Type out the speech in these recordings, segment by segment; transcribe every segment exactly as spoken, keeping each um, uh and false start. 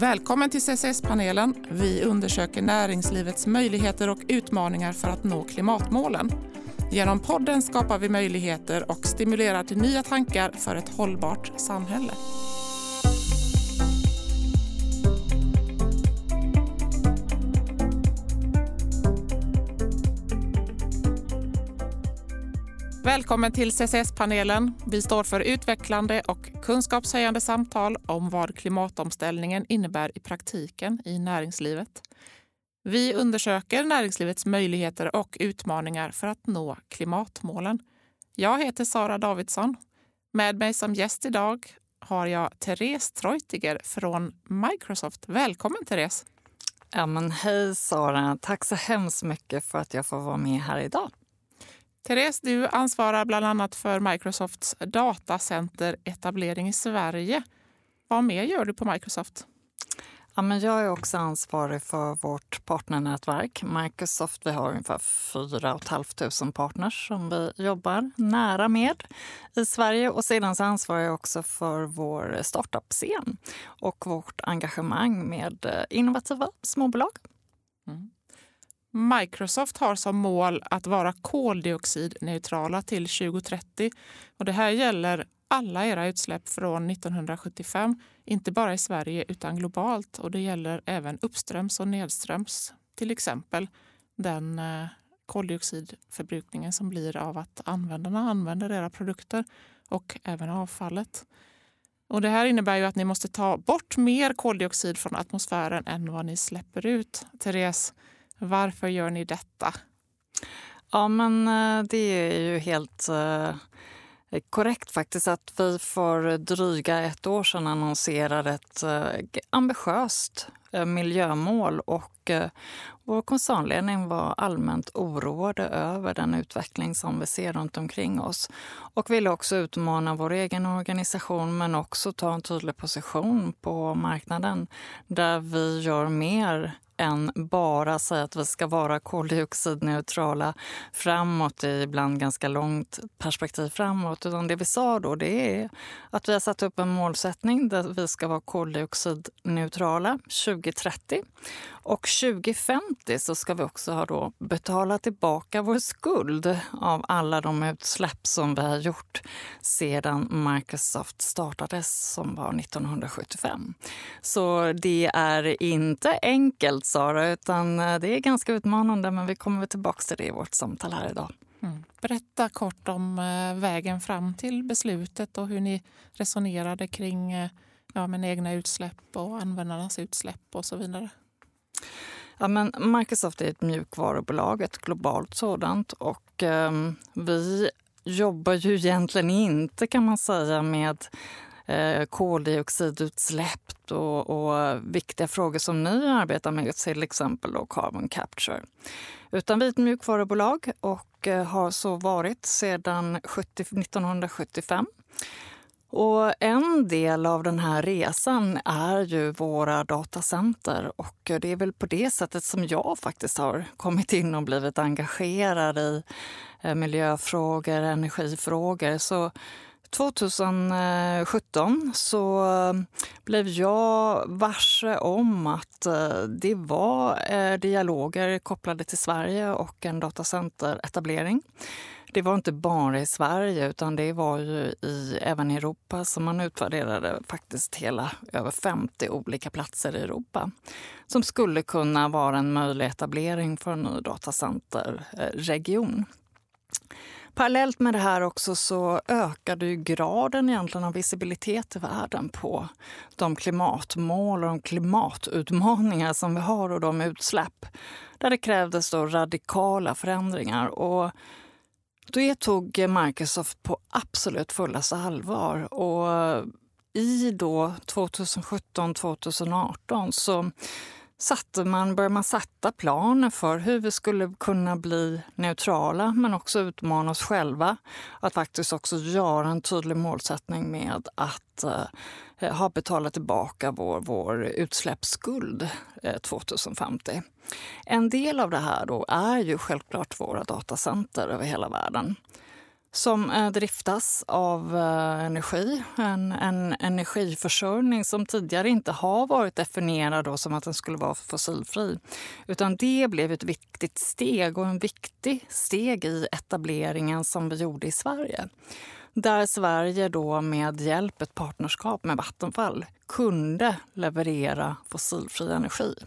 Välkommen till C C S-panelen. Vi undersöker näringslivets möjligheter och utmaningar för att nå klimatmålen. Genom podden skapar vi möjligheter och stimulerar till nya tankar för ett hållbart samhälle. Välkommen till C C S-panelen. Vi står för utvecklande och kunskapshöjande samtal om vad klimatomställningen innebär i praktiken i näringslivet. Vi undersöker näringslivets möjligheter och utmaningar för att nå klimatmålen. Jag heter Sara Davidsson. Med mig som gäst idag har jag Therese Treutiger från Microsoft. Välkommen Therese! Ja, men hej Sara, tack så hemskt mycket för att jag får vara med här idag. Therese, du ansvarar bland annat för Microsofts datacenteretablering i Sverige. Vad mer gör du på Microsoft? Ja, men jag är också ansvarig för vårt partnernätverk. Microsoft, vi har ungefär fyra tusen partners som vi jobbar nära med i Sverige. Och sedan så ansvarar jag också för vår startup-scen och vårt engagemang med innovativa småbolag. Mm. Microsoft har som mål att vara koldioxidneutrala till tjugo trettio. Och det här gäller alla era utsläpp från nittonhundrasjuttiofem, inte bara i Sverige utan globalt. Och det gäller även uppströms och nedströms, till exempel den koldioxidförbrukningen som blir av att användarna använder era produkter och även avfallet. Och det här innebär ju att ni måste ta bort mer koldioxid från atmosfären än vad ni släpper ut. Therese, varför gör ni detta? Ja, men det är ju helt eh, korrekt faktiskt att vi för dryga ett år sedan annonserade ett eh, ambitiöst eh, miljömål och eh, vår koncernledning var allmänt oroade över den utveckling som vi ser runt omkring oss. Och ville också utmana vår egen organisation men också ta en tydlig position på marknaden där vi gör mer än bara säga att vi ska vara koldioxidneutrala framåt i ibland ganska långt perspektiv framåt. Utan det vi sa då det är att vi har satt upp en målsättning där vi ska vara koldioxidneutrala tjugo trettio. Och tjugo femtio så ska vi också ha då betala tillbaka vår skuld av alla de utsläpp som vi har gjort sedan Microsoft startades som var nittonhundrasjuttiofem. Så det är inte enkelt Sara, utan det är ganska utmanande men vi kommer tillbaka till det i vårt samtal här idag. Mm. Berätta kort om vägen fram till beslutet och hur ni resonerade kring ja, men egna utsläpp och användarnas utsläpp och så vidare. Ja, men Microsoft är ett mjukvarubolag, ett globalt sådant och eh, vi jobbar ju egentligen inte kan man säga med eh, koldioxidutsläpp och, och viktiga frågor som ni arbetar med, till exempel då carbon capture. Utan vi är ett mjukvarubolag och eh, har så varit sedan nittonhundrasjuttiofem. Och en del av den här resan är ju våra datacenter och det är väl på det sättet som jag faktiskt har kommit in och blivit engagerad i miljöfrågor, energifrågor. Så tjugosjutton så blev jag varse om att det var dialoger kopplade till Sverige och en datacenteretablering. Det var inte bara i Sverige utan det var ju i, även i Europa som man utvärderade faktiskt hela över femtio olika platser i Europa som skulle kunna vara en möjlig etablering för en ny datacenterregion. Parallellt med det här också så ökade ju graden egentligen av visibilitet i världen på de klimatmål och de klimatutmaningar som vi har och de utsläpp där det krävdes då radikala förändringar och det tog Microsoft på absolut fullaste allvar och i då tjugosjutton tjugoarton så satte man, började man sätta planer för hur vi skulle kunna bli neutrala men också utmana oss själva att faktiskt också göra en tydlig målsättning med att eh, ha betalat tillbaka vår, vår utsläppsskuld eh, tjugofemtio. En del av det här då är ju självklart våra datacenter över hela världen. som eh, driftas av eh, energi. En, en energiförsörjning som tidigare inte har varit definierad då som att den skulle vara fossilfri. Utan det blev ett viktigt steg och en viktig steg i etableringen som vi gjorde i Sverige. Där Sverige då med hjälp, ett partnerskap med Vattenfall, kunde leverera fossilfri energi.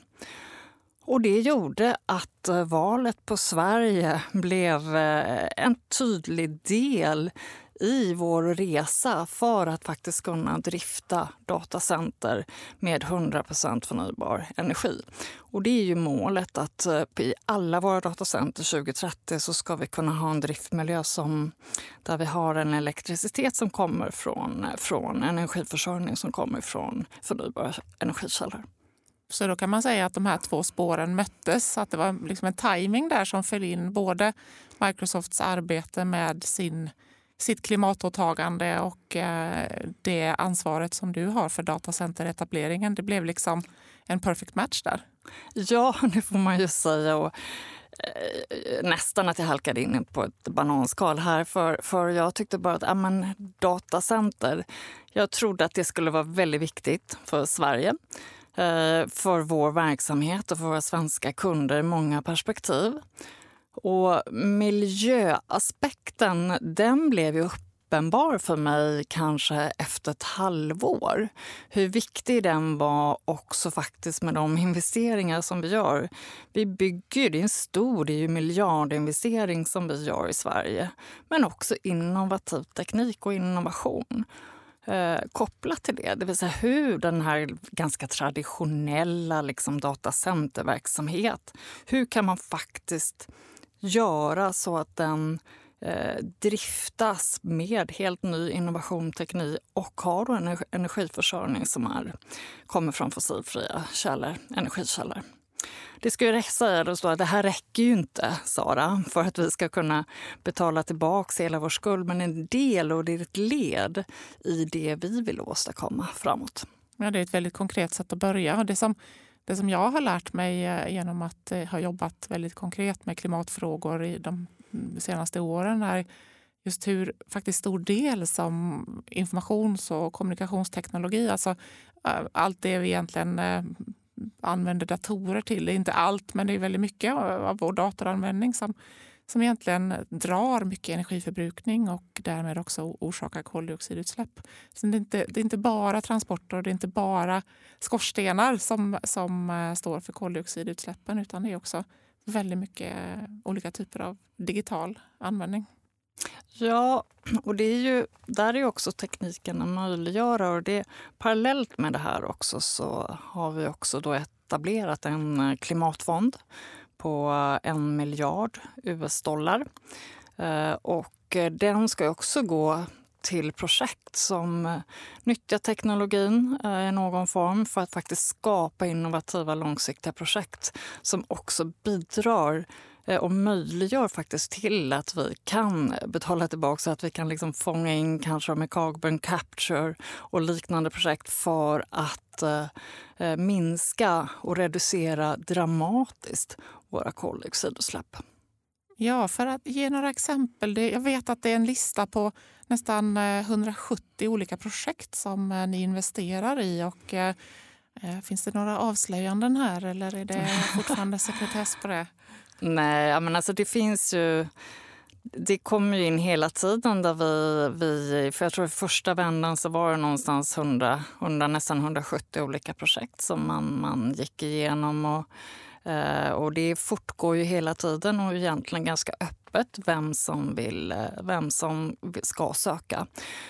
Och det gjorde att valet på Sverige blev en tydlig del i vår resa för att faktiskt kunna drifta datacenter med hundra procent förnybar energi. Och det är ju målet att i alla våra datacenter tjugo trettio så ska vi kunna ha en driftmiljö som, där vi har en elektricitet som kommer från, från energiförsörjning som kommer från förnybara energikällor. Så då kan man säga att de här två spåren möttes, att det var liksom en timing där som föll in både Microsofts arbete med sin, sitt klimatåtagande och eh, det ansvaret som du har för datacenteretableringen. Det blev liksom en perfect match där. Ja, det får man ju säga. Och, eh, nästan att jag halkade in på ett bananskal här. För, för jag tyckte bara att ja, men, datacenter, jag trodde att det skulle vara väldigt viktigt för Sverige. För vår verksamhet och för våra svenska kunder i många perspektiv. Och miljöaspekten, den blev ju uppenbar för mig kanske efter ett halvår. Hur viktig den var också faktiskt med de investeringar som vi gör. Vi bygger, det är en stor, det är ju miljardinvestering som vi gör i Sverige. Men också innovativ teknik och innovation. Eh, kopplat till det, det vill säga hur den här ganska traditionella liksom, datacenterverksamhet, hur kan man faktiskt göra så att den eh, driftas med helt ny innovation, teknik och har då en energiförsörjning som är, kommer från fossilfria källor, energikällor. Det ska ju säga då att det här räcker ju inte, Sara, för att vi ska kunna betala tillbaka hela vår skuld. Men en del och det är ett led i det vi vill åstadkomma framåt. Ja, det är ett väldigt konkret sätt att börja. Det som, det som jag har lärt mig genom att ha jobbat väldigt konkret med klimatfrågor i de senaste åren är just hur faktiskt stor del som informations- och kommunikationsteknologi, alltså allt det vi egentligen använder datorer till. Det är inte allt, men det är väldigt mycket av vår datoranvändning som, som egentligen drar mycket energiförbrukning och därmed också orsakar koldioxidutsläpp. Så det är inte, det är inte bara transporter, det är inte bara skorstenar som, som står för koldioxidutsläppen, utan det är också väldigt mycket olika typer av digital användning. Ja, och det är ju, där är ju också tekniken att möjliggöra, och det, parallellt med det här också så har vi också då etablerat en klimatfond på en miljard U S-dollar. Och den ska också gå till projekt som nyttjar teknologin i någon form för att faktiskt skapa innovativa långsiktiga projekt som också bidrar och möjliggör faktiskt till att vi kan betala tillbaka, så att vi kan liksom fånga in kanske med carbon capture och liknande projekt för att eh, minska och reducera dramatiskt våra koldioxidutsläpp. Ja, för att ge några exempel. Det, jag vet att det är en lista på nästan hundrasjuttio olika projekt som eh, ni investerar i. Och, eh, finns det några avslöjanden här eller är det fortfarande sekretess på det? Nej, men alltså det finns ju, det kommer ju in hela tiden där vi, vi för jag tror i första vändan så var det någonstans hundra, hundra, nästan hundrasjuttio olika projekt som man, man gick igenom, och, och det fortgår ju hela tiden och egentligen ganska öppet vem som vill, vem som ska söka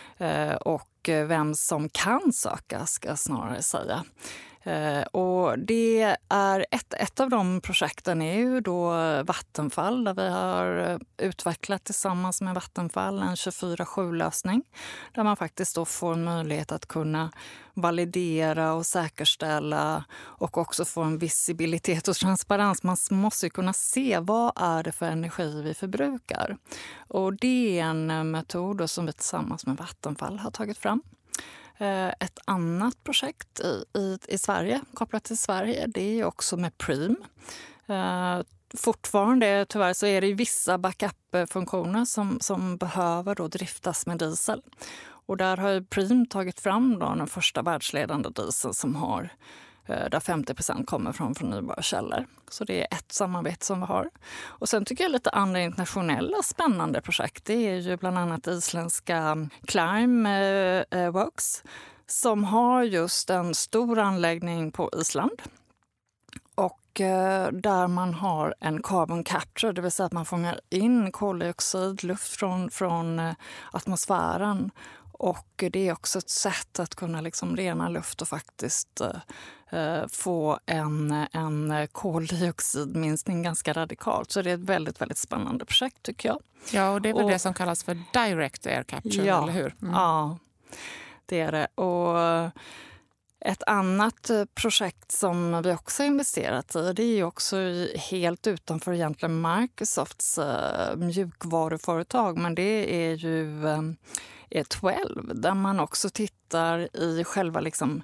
och vem som kan söka, ska jag snarare säga. Eh, och det är ett, ett av de projekten är ju då Vattenfall, där vi har utvecklat tillsammans med Vattenfall en tjugofyra sju-lösning där man faktiskt då får en möjlighet att kunna validera och säkerställa och också få en visibilitet och transparens. Man måste ju kunna se vad är det för energi vi förbrukar. Och det är en metod som vi tillsammans med Vattenfall har tagit fram. Ett annat projekt i, i, i Sverige, kopplat till Sverige, det är också med Preem. fortfarande tyvärr så är det vissa backup-funktioner som, som behöver då driftas med diesel. Och där har ju Preem tagit fram då den första världsledande diesel som har, där femtio procent kommer från förnybara källor. Så det är ett samarbete som vi har. Och sen tycker jag lite andra internationella spännande projekt. Det är ju bland annat isländska Climeworks som har just en stor anläggning på Island. Och där man har en carbon capture, det vill säga att man fångar in koldioxid, luft från, från atmosfären. Och det är också ett sätt att kunna liksom rena luft och faktiskt eh, få en, en koldioxidminskning ganska radikalt. Så det är ett väldigt, väldigt spännande projekt tycker jag. Ja, och det är väl och, det som kallas för direct air capture, ja, eller hur? Mm. Ja, det är det. Och ett annat projekt som vi också har investerat i, det är ju också helt utanför egentligen Microsofts uh, mjukvaruföretag, men det är ju um, är tolv, där man också tittar i själva liksom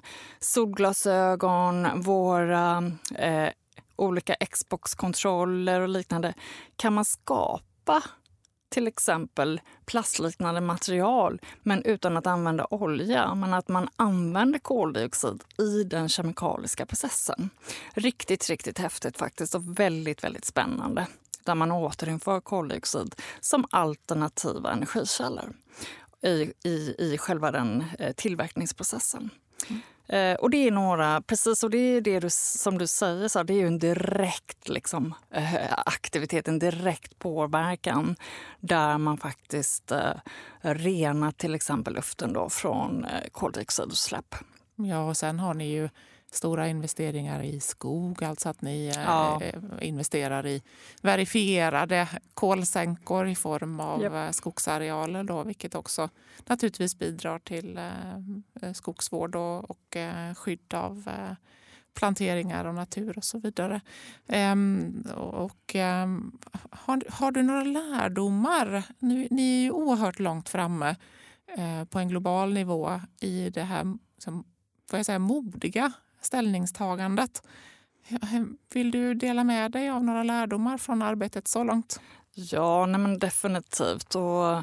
solglasögon, våra eh, olika Xbox-kontroller och liknande. Kan man skapa till exempel plastliknande material men utan att använda olja, men att man använder koldioxid i den kemikaliska processen. Riktigt, riktigt häftigt faktiskt och väldigt, väldigt spännande. Där man återinför koldioxid som alternativa energikällor i, i, i själva den eh, tillverkningsprocessen. Mm. Eh, och det är några, precis och det är det du, som du säger, så det är ju en direkt liksom, eh, aktivitet, en direkt påverkan där man faktiskt eh, renar till exempel luften då från eh, koldioxidutsläpp. Ja, och sen har ni ju stora investeringar i skog, alltså att ni ja. eh, investerar i verifierade kolsänkor i form av yep. skogsarealer då, vilket också naturligtvis bidrar till eh, skogsvård och, och eh, skydd av eh, planteringar och natur och så vidare. Ehm, och, ehm, har, har du några lärdomar? Nu, ni är ju oerhört långt framme eh, på en global nivå i det här som, får jag säga, modiga ställningstagandet. Vill du dela med dig av några lärdomar från arbetet så långt? Ja, nej men definitivt. Och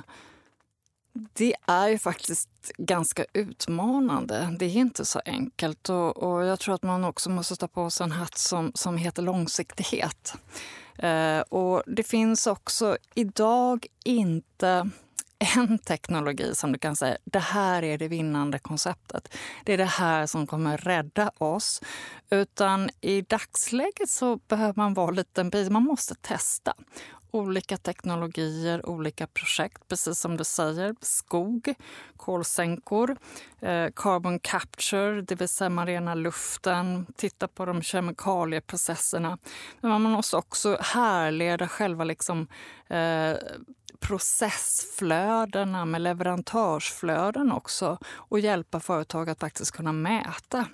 det är ju faktiskt ganska utmanande. Det är inte så enkelt. Och, och jag tror att man också måste ta på sig en hatt som, som heter långsiktighet. Eh, och det finns också idag inte en teknologi som du kan säga, det här är det vinnande konceptet. Det är det här som kommer rädda oss. Utan i dagsläget så behöver man vara lite, man måste testa olika teknologier, olika projekt, precis som du säger. Skog, kolsänkor, eh, carbon capture, det vill säga man renar luften, titta på de kemikalieprocesserna. Men man måste också härleda själva liksom, eh, processflödena med leverantörsflöden också och hjälpa företag att faktiskt kunna mäta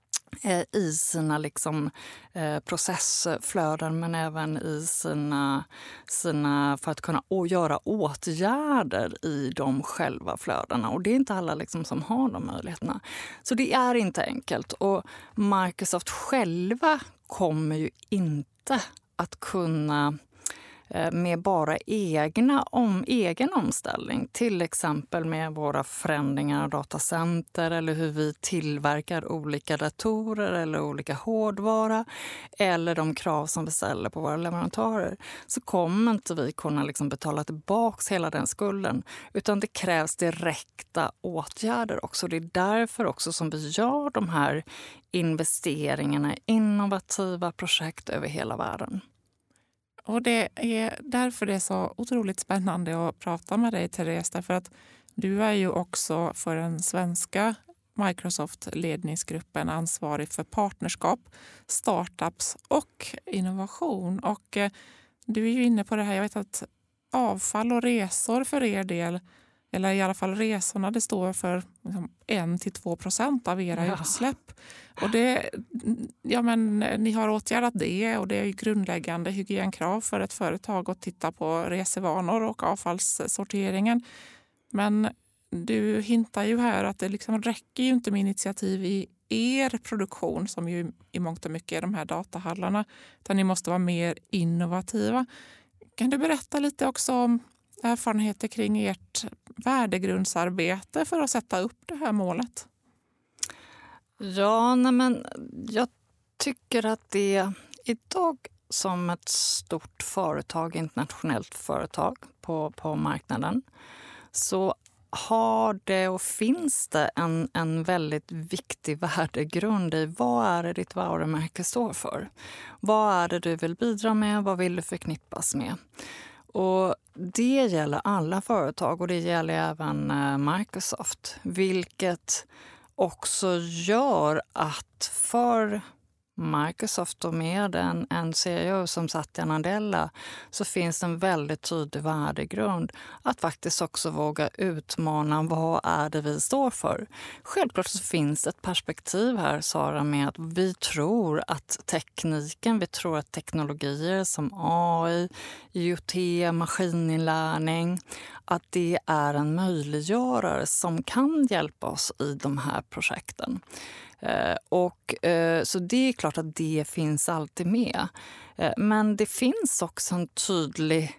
i sina liksom, eh, processflöden men även i sina, sina för att kunna å- göra åtgärder i de själva flödena. Och det är inte alla liksom, som har de möjligheterna. Så det är inte enkelt. Och Microsoft själva kommer ju inte att kunna med bara egna om, egen omställning, till exempel med våra förändringar av datacenter eller hur vi tillverkar olika datorer eller olika hårdvara eller de krav som vi ställer på våra leverantörer, så kommer inte vi kunna liksom betala tillbaka hela den skulden, utan det krävs direkta åtgärder också. Det är därför också som vi gör de här investeringarna i innovativa projekt över hela världen. Och det är därför det är så otroligt spännande att prata med dig, Therese, därför att du är ju också för den svenska Microsoft-ledningsgruppen ansvarig för partnerskap, startups och innovation. Och eh, du är ju inne på det här, jag vet att avfall och resor för er del, eller i alla fall resorna, det står för liksom, en till två procent av era ja. utsläpp. Och det, ja, men, ni har åtgärdat det och det är ju grundläggande hygienkrav för ett företag att titta på resevanor och avfallssorteringen. Men du hintar ju här att det liksom räcker ju inte med initiativ i er produktion som ju i mångt och mycket är de här datahallarna, utan ni måste vara mer innovativa. Kan du berätta lite också om erfarenheter kring ert värdegrundsarbete för att sätta upp det här målet? Ja, nej men jag tycker att det idag som ett stort företag, internationellt företag på, på marknaden, så har det och finns det en, en väldigt viktig värdegrund i vad är det ditt varumärke står för. Vad är det du vill bidra med? Vad vill du förknippas med? Och det gäller alla företag och det gäller även Microsoft, vilket också gör att för Microsoft och med en, en C E O som Satya Nadella så finns en väldigt tydlig värdegrund att faktiskt också våga utmana vad är det vi står för. Självklart så finns ett perspektiv här, Sara, med att vi tror att tekniken, vi tror att teknologier som A I, I O T, maskininlärning, att det är en möjliggörare som kan hjälpa oss i de här projekten. Eh, och, eh, så det är klart att det finns alltid med. Eh, men det finns också en tydlig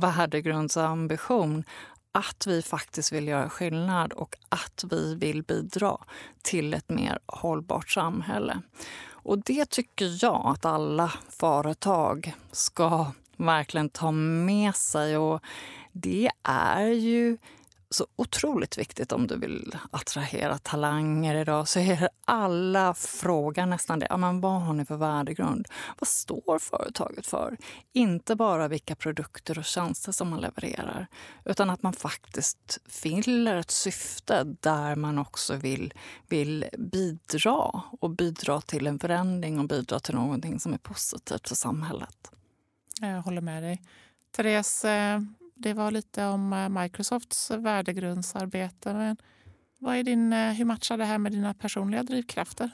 värdegrundsambition att vi faktiskt vill göra skillnad och att vi vill bidra till ett mer hållbart samhälle. Och det tycker jag att alla företag ska verkligen ta med sig, och det är ju så otroligt viktigt om du vill attrahera talanger idag, så är det alla frågar nästan det. Ja, men vad har ni för värdegrund? Vad står företaget för? Inte bara vilka produkter och tjänster som man levererar, utan att man faktiskt fyller ett syfte där man också vill, vill bidra och bidra till en förändring och bidra till någonting som är positivt för samhället. Jag håller med dig. Therese, det var lite om Microsofts värdegrundsarbete. Men vad är din, hur matchar det här med dina personliga drivkrafter?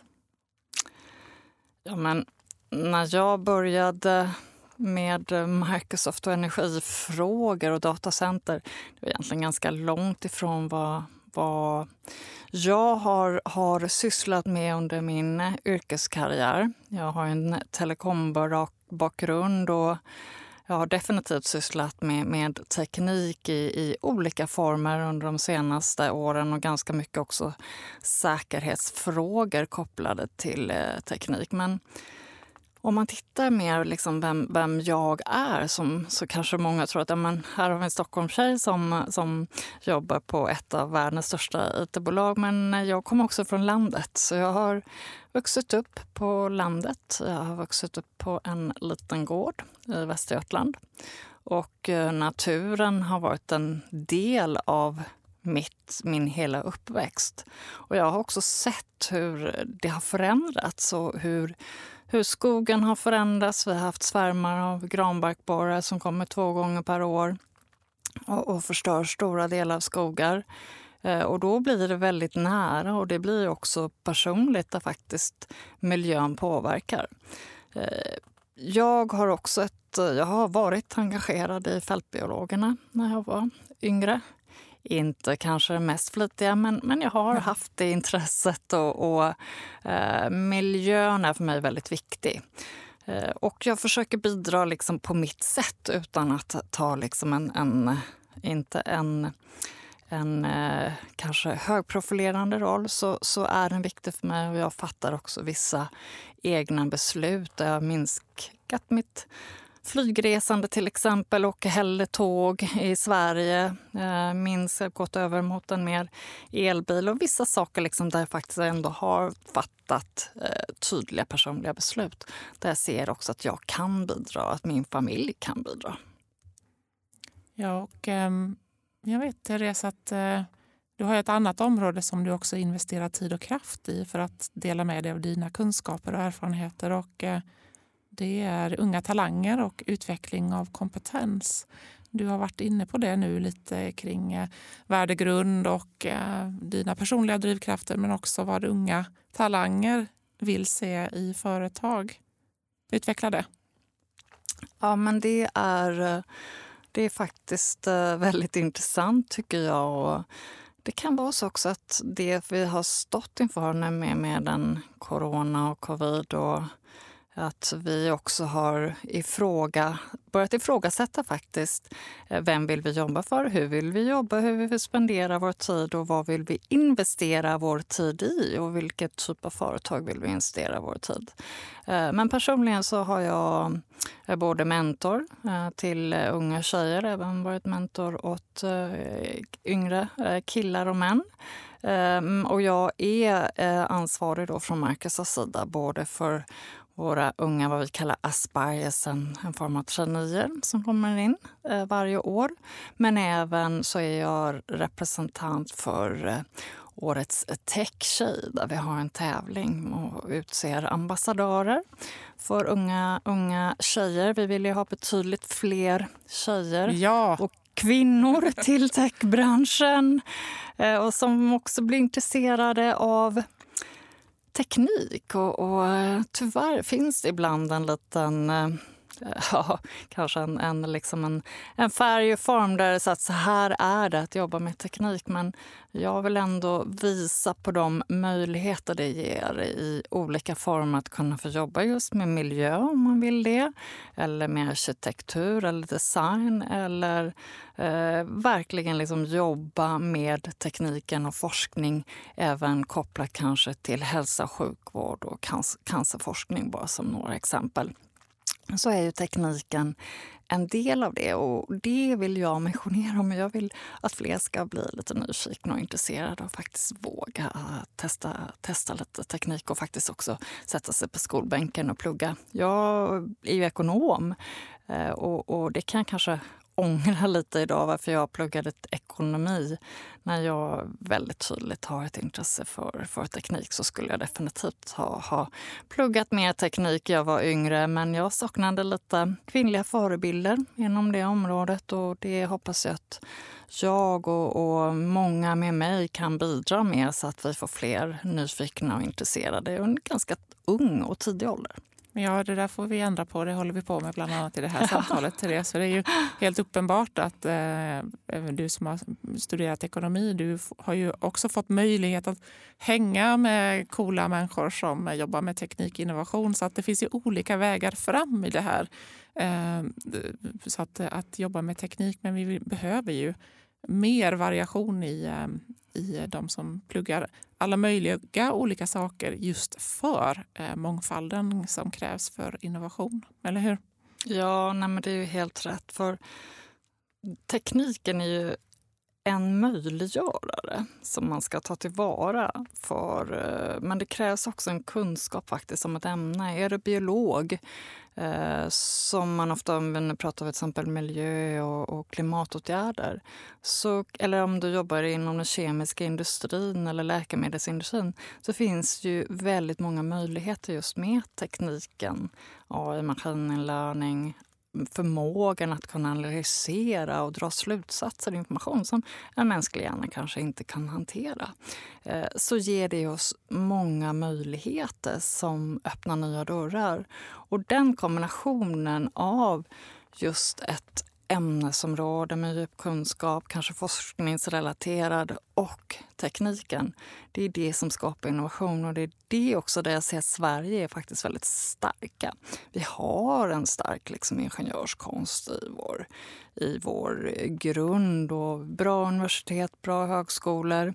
Ja, men när jag började med Microsoft och energifrågor och datacenter, det var egentligen ganska långt ifrån vad, vad jag har, har sysslat med under min yrkeskarriär. Jag har en telekombakgrund och jag har definitivt sysslat med, med teknik i, i olika former under de senaste åren och ganska mycket också säkerhetsfrågor kopplade till eh, teknik. Men om man tittar mer liksom vem, vem jag är, som, så kanske många tror att ja, men här har vi en Stockholmstjej som, som jobbar på ett av världens största I T-bolag. Men jag kommer också från landet, så jag har vuxit upp på landet. Jag har vuxit upp på en liten gård i Västergötland. Och naturen har varit en del av mitt, min hela uppväxt. Och jag har också sett hur det har förändrats och hur Hur skogen har förändrats. Vi har haft svärmar av granbarkborrar som kommer två gånger per år och, och förstör stora delar av skogar. Eh, och då blir det väldigt nära, och det blir också personligt där faktiskt miljön påverkar. Eh, jag har också ett, jag har varit engagerad i fältbiologerna när jag var yngre. Inte kanske mest flitiga, men, men jag har haft det intresset, och, och eh, miljön är för mig väldigt viktig. Eh, och jag försöker bidra liksom på mitt sätt utan att ta liksom en, en inte en, en eh, kanske högprofilerande roll, så, så är den viktig för mig, och jag fattar också vissa egna beslut. Jag har minskat mitt flygresande till exempel, och hellre tåg i Sverige. Eh, minns jag gått över mot en mer elbil och vissa saker liksom där jag faktiskt ändå har fattat eh, tydliga personliga beslut. Där jag ser också att jag kan bidra, att min familj kan bidra. Ja, och eh, jag vet, Therese, att eh, du har ett annat område som du också investerar tid och kraft i för att dela med dig av dina kunskaper och erfarenheter, och eh, det är unga talanger och utveckling av kompetens. Du har varit inne på det nu lite kring eh, värdegrund och eh, dina personliga drivkrafter, men också vad unga talanger vill se i företag. Utveckla det. Ja, men det är, det är faktiskt väldigt intressant tycker jag. Och Det kan vara så också att det vi har stått inför nu med, med den corona och covid och att vi också har ifråga, börjat ifrågasätta faktiskt vem vill vi jobba för, hur vill vi jobba, hur vill vi spendera vår tid och vad vill vi investera vår tid i och vilket typ av företag vill vi investera vår tid. Men personligen så har jag både mentor till unga tjejer, även varit mentor åt yngre killar och män. Och jag är ansvarig då från Marcus sida både för våra unga, vad vi kallar aspires, en, en form av traineer som kommer in eh, varje år. Men även så är jag representant för eh, årets tech-tjej där vi har en tävling och utser ambassadörer för unga, unga tjejer. Vi vill ju ha betydligt fler tjejer ja. och kvinnor till techbranschen eh, och som också blir intresserade av teknik och, och tyvärr finns det ibland en liten, ja, kanske en, en, liksom en, en färg och form där det så att så här är det att jobba med teknik. Men jag vill ändå visa på de möjligheter det ger i olika former att kunna få jobba just med miljö om man vill det. Eller med arkitektur eller design eller eh, verkligen liksom jobba med tekniken och forskning även kopplat kanske till hälsa och sjukvård och cancer, cancerforskning bara som några exempel. Så är ju tekniken en del av det och det vill jag missionera om. Jag vill att fler ska bli lite nyfikna och intresserade och faktiskt våga testa, testa lite teknik och faktiskt också sätta sig på skolbänken och plugga. Jag är ju ekonom och, och det kan kanske ångra lite idag varför jag pluggade ekonomi. När jag väldigt tydligt har ett intresse för, för teknik så skulle jag definitivt ha, ha pluggat mer teknik. Jag var yngre men jag saknade lite kvinnliga förebilder inom det området och det hoppas jag att jag och, och många med mig kan bidra med så att vi får fler nyfikna och intresserade i en ganska ung och tidig ålder. Ja, det där får vi ändra på. Det håller vi på med bland annat i det här samtalet, Therese. För det är ju helt uppenbart att eh, du som har studerat ekonomi, du har ju också fått möjlighet att hänga med coola människor som jobbar med teknikinnovation. Så att det finns ju olika vägar fram i det här. Eh, så att, att jobba med teknik, men vi behöver ju mer variation i, eh, i de som pluggar alla möjliga olika saker just för eh, mångfalden som krävs för innovation, eller hur? Ja, nej, men det är ju helt rätt. För tekniken är ju en möjliggörare som man ska ta tillvara för. Men det krävs också en kunskap faktiskt om ett ämne. Är du biolog, eh, som man ofta använder, pratar om till exempel miljö och, och klimatåtgärder. Så, eller om du jobbar inom den kemiska industrin eller läkemedelsindustrin så finns ju väldigt många möjligheter just med tekniken. A I, maskininlärning, förmågan att kunna analysera och dra slutsatser och information som en mänsklig hjärna kanske inte kan hantera. Så ger det oss många möjligheter som öppnar nya dörrar. Och den kombinationen av just ett ämnesområde med djup kunskap, kanske forskningsrelaterad och tekniken. Det är det som skapar innovation och det är det också där jag ser att Sverige är faktiskt väldigt starka. Vi har en stark liksom, ingenjörskonst i vår, i vår grund och bra universitet, bra högskolor.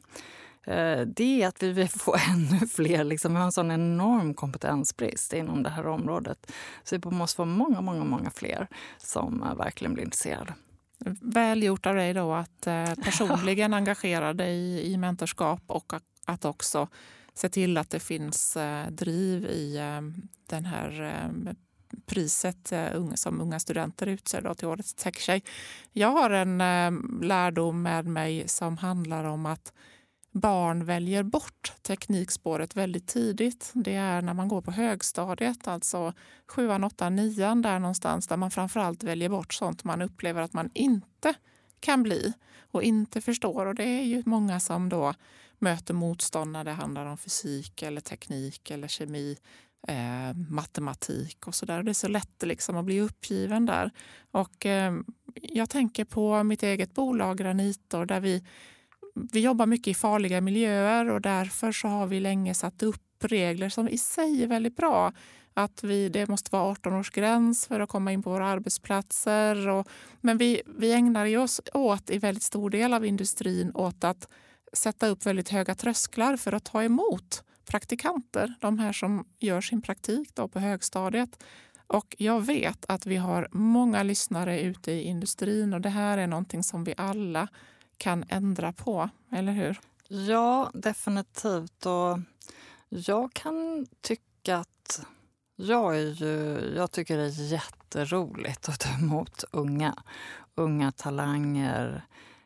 Det är att vi vill få ännu fler, liksom, vi har en sån enorm kompetensbrist inom det här området. Så vi måste få många, många, många fler som verkligen blir intresserade. Väl gjort av dig då att personligen engagera dig i, i mentorskap och att också se till att det finns driv i den här priset som unga studenter utser då till årets tech-tjej. Jag har en lärdom med mig som handlar om att barn väljer bort teknikspåret väldigt tidigt. Det är när man går på högstadiet, alltså sjuan, åttan, nian där någonstans där man framförallt väljer bort sånt man upplever att man inte kan bli och inte förstår. Och det är ju många som då möter motstånd när det handlar om fysik eller teknik eller kemi, eh, matematik och sådär. Det är så lätt liksom att bli uppgiven där. Och eh, jag tänker på mitt eget bolag Granitor där vi vi jobbar mycket i farliga miljöer och därför så har vi länge satt upp regler som i sig är väldigt bra. Att vi, det måste vara arton-årsgräns för att komma in på våra arbetsplatser. Och, men vi, vi ägnar ju oss åt i väldigt stor del av industrin åt att sätta upp väldigt höga trösklar för att ta emot praktikanter. De här som gör sin praktik då på högstadiet. Och jag vet att vi har många lyssnare ute i industrin och det här är någonting som vi alla kan ändra på, eller hur? Ja, definitivt. Och jag kan tycka att jag, är ju, jag tycker det är jätteroligt att ta emot unga, unga talanger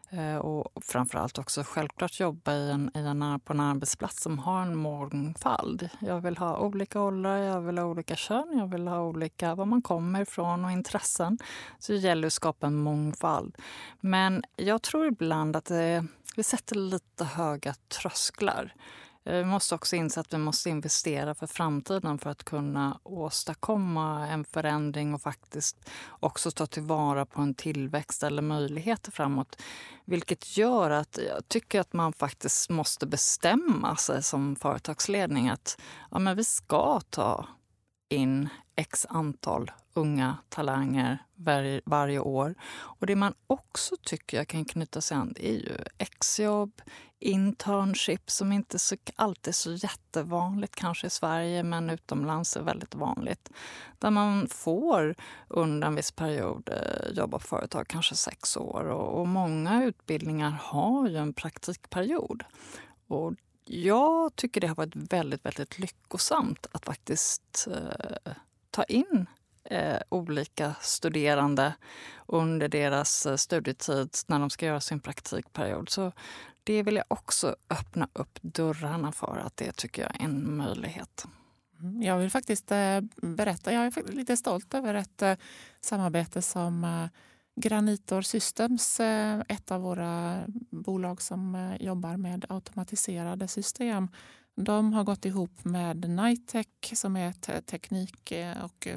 och framförallt också självklart jobba i en, i en, på en arbetsplats som har en mångfald. Jag vill ha olika åldrar, jag vill ha olika kön, jag vill ha olika var man kommer ifrån och intressen. Så det gäller att skapa en mångfald. Men jag tror ibland att det, vi sätter lite höga trösklar. Vi måste också inse att vi måste investera för framtiden för att kunna åstadkomma en förändring och faktiskt också ta tillvara på en tillväxt eller möjligheter framåt. Vilket gör att jag tycker att man faktiskt måste bestämma sig som företagsledning att ja, men vi ska ta in x antal unga talanger var, varje år. Och det man också tycker jag kan knyta sig an är ju exjobb, internship som inte så, alltid är så jättevanligt kanske i Sverige men utomlands är väldigt vanligt. Där man får under en viss period jobba på företag, kanske sex år. Och, och många utbildningar har ju en praktikperiod. Och jag tycker det har varit väldigt, väldigt lyckosamt att faktiskt eh, ta in eh, olika studerande under deras studietid när de ska göra sin praktikperiod. Så det vill jag också öppna upp dörrarna för, att det tycker jag är en möjlighet. Jag vill faktiskt eh, berätta, jag är faktiskt lite stolt över ett eh, samarbete som eh, Granitor Systems, ett av våra bolag som jobbar med automatiserade system. De har gått ihop med Knightec som är ett teknik- och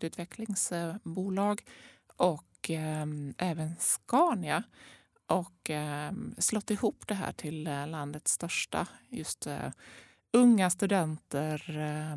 produktutvecklingsbolag och eh, även Scania och eh, slått ihop det här till landets största just eh, unga studenter eh,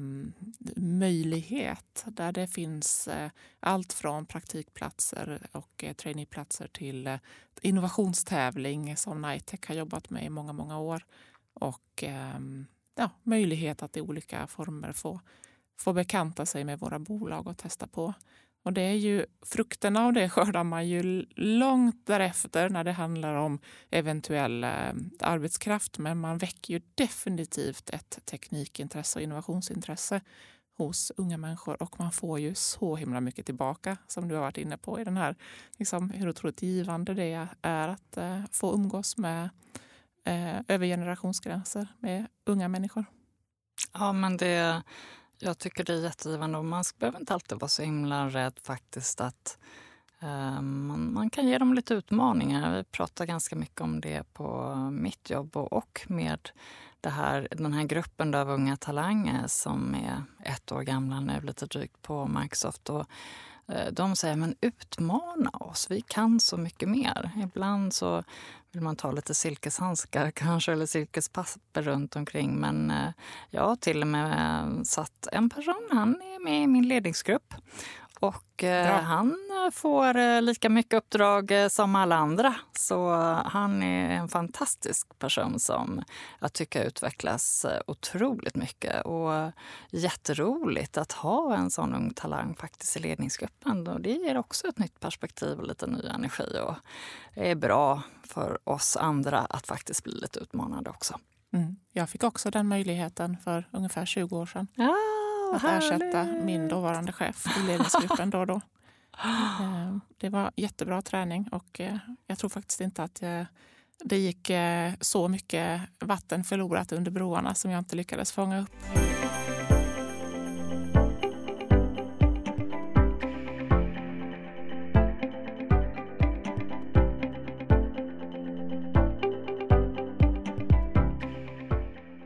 möjlighet där det finns eh, allt från praktikplatser och eh, traineeplatser till eh, innovationstävling som Knightec har jobbat med i många, många år och eh, ja, möjlighet att i olika former få, få bekanta sig med våra bolag och testa på. Och det är ju frukterna av det skördar man ju långt därefter när det handlar om eventuell eh, arbetskraft. Men man väcker ju definitivt ett teknikintresse och innovationsintresse hos unga människor. Och man får ju så himla mycket tillbaka som du har varit inne på i den här, liksom, hur otroligt givande det är att eh, få umgås med eh, över generationsgränser med unga människor. Ja, men det... Jag tycker det är jättegivande och man behöver inte alltid vara så himla rädd faktiskt att eh, man, man kan ge dem lite utmaningar. Vi pratar ganska mycket om det på mitt jobb och, och med det här, den här gruppen av unga talanger som är ett år gamla nu, lite drygt på Microsoft. Och, eh, de säger, men utmana oss, vi kan så mycket mer. Ibland så vill man ta lite silkeshandskar kanske eller silkespapper runt omkring. Men eh, jag har till och med satt en person, han är med i min ledningsgrupp. Och eh, han får eh, lika mycket uppdrag eh, som alla andra. Så eh, han är en fantastisk person som jag tycker utvecklas eh, otroligt mycket. Och eh, jätteroligt att ha en sån ung talang faktiskt i ledningsgruppen. Och det ger också ett nytt perspektiv och lite ny energi. Och det är bra för oss andra att faktiskt bli lite utmanande också. Mm. Jag fick också den möjligheten för ungefär tjugo år sedan. Ja. Att ersätta min dåvarande chef i ledningsgruppen då och då. Det var jättebra träning och jag tror faktiskt inte att det gick så mycket vatten förlorat under broarna som jag inte lyckades fånga upp.